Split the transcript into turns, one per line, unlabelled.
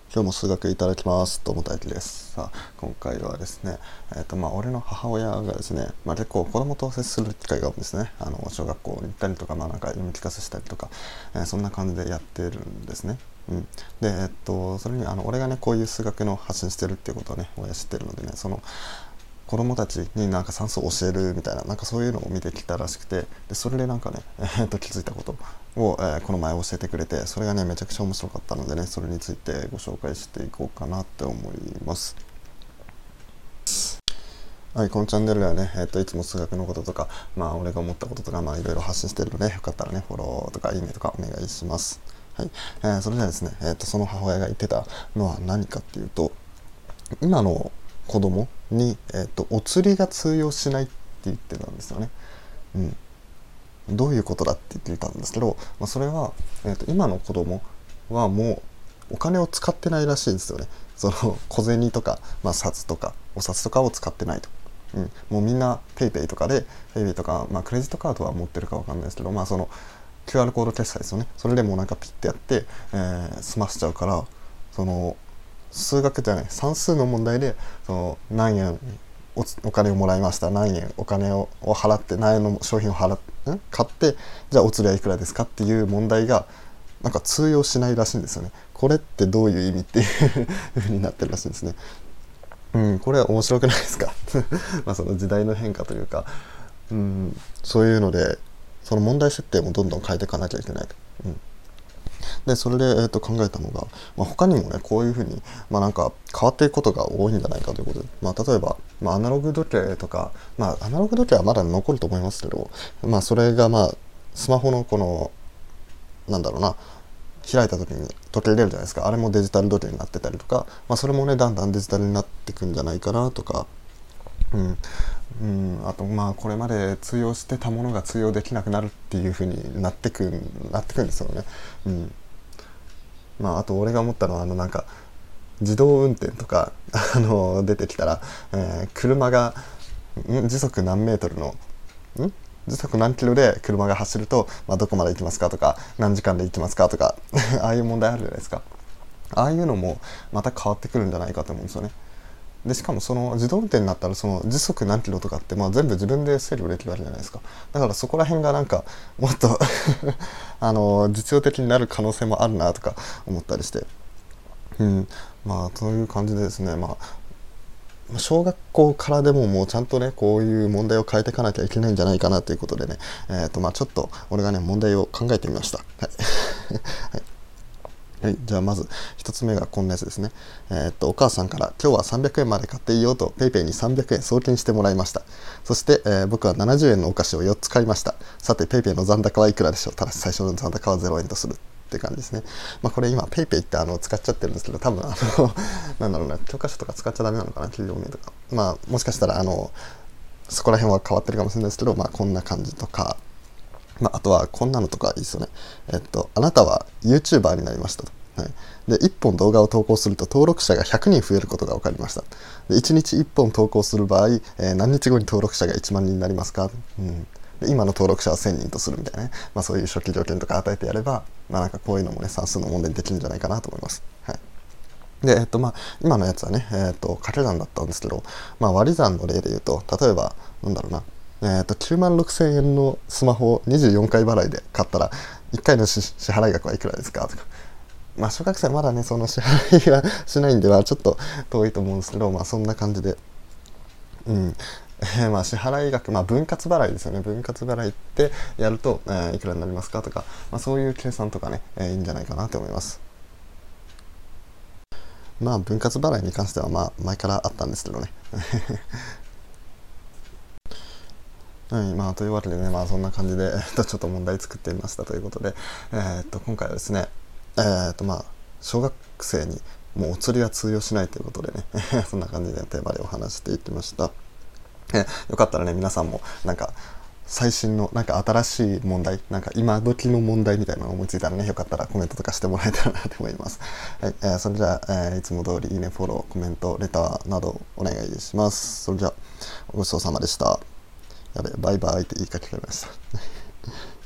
今日も数学いただきます。どうも大輝です。さあ、今回はですね、俺の母親がですね、結構子供と接する機会が多いんですね。小学校に行ったりとか、なんか読み聞かせしたりとか、そんな感じでやってるんですね。うん。で、それに、俺がね、こういう数学の発信してるっていうことをね、親知ってるのでね、子供たちになんか算数を教えるみたいな、なんかそういうのを見てきたらしくて、でそれでなんかね、気づいたことを、この前教えてくれて、それがねめちゃくちゃ面白かったのでね、それについてご紹介していこうかなって思います。はい、このチャンネルではね、いつも数学のこととか、俺が思ったこととか、いろいろ発信してるので、よかったらね、フォローとかいいねとかお願いします。はい、それではですね、その母親が言ってたのは何かっていうと、今の子供に、お釣りが通用しないって言ってたんですよね。うん、どういうことだって言ってたんですけど、それは、今の子供はもうお金を使ってないらしいんですよね。その小銭とか、札とかお札とかを使ってないと。もうみんなペイペイとかで、ペイペイとか、クレジットカードは持ってるかわかんないですけど、その QR コード決済ですよね。それでもうなんかピッてやって、済ませちゃうから、その数学じゃない算数の問題で、その何円お金をもらいました、何円お金を払って、何円の商品を買って、じゃあお釣りはいくらですかっていう問題がなんか通用しないらしいんですよね。これってどういう意味っていう風になってるらしいんですね。これは面白くないですか？その時代の変化というか、そういうのでその問題設定もどんどん変えていかなきゃいけないと。でそれで、考えたのが、他にもねこういうふうに、なんか変わっていくことが多いんじゃないかということで、例えば、アナログ時計とか、アナログ時計はまだ残ると思いますけど、それがスマホのこのなんだろうな、開いた時に時計入れるじゃないですか。あれもデジタル時計になってたりとか、それもねだんだんデジタルになっていくんじゃないかなとか、あとこれまで通用してたものが通用できなくなるっていう風になってくんですよね。あと俺が思ったのはなんか自動運転とか出てきたら、車が時速何メートルの時速何キロで車が走ると、どこまで行きますかとか、何時間で行きますかとかああいう問題あるじゃないですか。ああいうのもまた変わってくるんじゃないかと思うんですよね。でしかもその自動運転になったら、その時速何キロとかって全部自分で制御できるわけじゃないですか。だからそこら辺がなんかもっと実用的になる可能性もあるなとか思ったりして、という感じでですね、小学校からでももうちゃんとねこういう問題を変えていかなきゃいけないんじゃないかなということでね、ちょっと俺がね問題を考えてみました。はい、はい、じゃあまず一つ目がこんなやつですね。お母さんから今日は300円まで買っていいよと PayPay に300円送金してもらいました。そして、僕は70円のお菓子を4つ買いました。さて PayPay の残高はいくらでしょう。ただし最初の残高は0円とするって感じですね。これ今 PayPay って使っちゃってるんですけど、多分なんだろうな、教科書とか使っちゃダメなのかな、企業名とか。もしかしたらそこら辺は変わってるかもしれないですけど、こんな感じとか、あとはこんなのとかいいですよね。あなたは YouTuber になりましたと。はい、で1本動画を投稿すると登録者が100人増えることが分かりました。で1日1本投稿する場合、何日後に登録者が1万人になりますか？で今の登録者は1000人とするみたいなね、そういう初期条件とか与えてやれば、なんかこういうのもね算数の問題にできるんじゃないかなと思います。はい、で今のやつはね、掛け算だったんですけど、割り算の例で言うと、例えばなんだろうな、9万6000円のスマホを24回払いで買ったら1回の支払い額はいくらですかとか、小学生はまだねその支払いはしないんではちょっと遠いと思うんですけど、そんな感じで、支払い額、分割払いですよね。分割払いってやると、いくらになりますかとか、そういう計算とかね、いいんじゃないかなと思います。分割払いに関しては前からあったんですけどね。はい、というわけでね、そんな感じで、ちょっと問題作ってみましたということで、今回はですね、小学生にもうお釣りは通用しないということでねそんな感じでテーマでお話していきました。よかったらね皆さんもなんか最新のなんか新しい問題、なんか今時の問題みたいなのを思いついたらね、よかったらコメントとかしてもらえたらなと思います。はい、それじゃあ、いつも通りいいね、フォロー、コメント、レターなどお願いします。それじゃあごちそうさまでした。やべ、バイバイって言いかけました。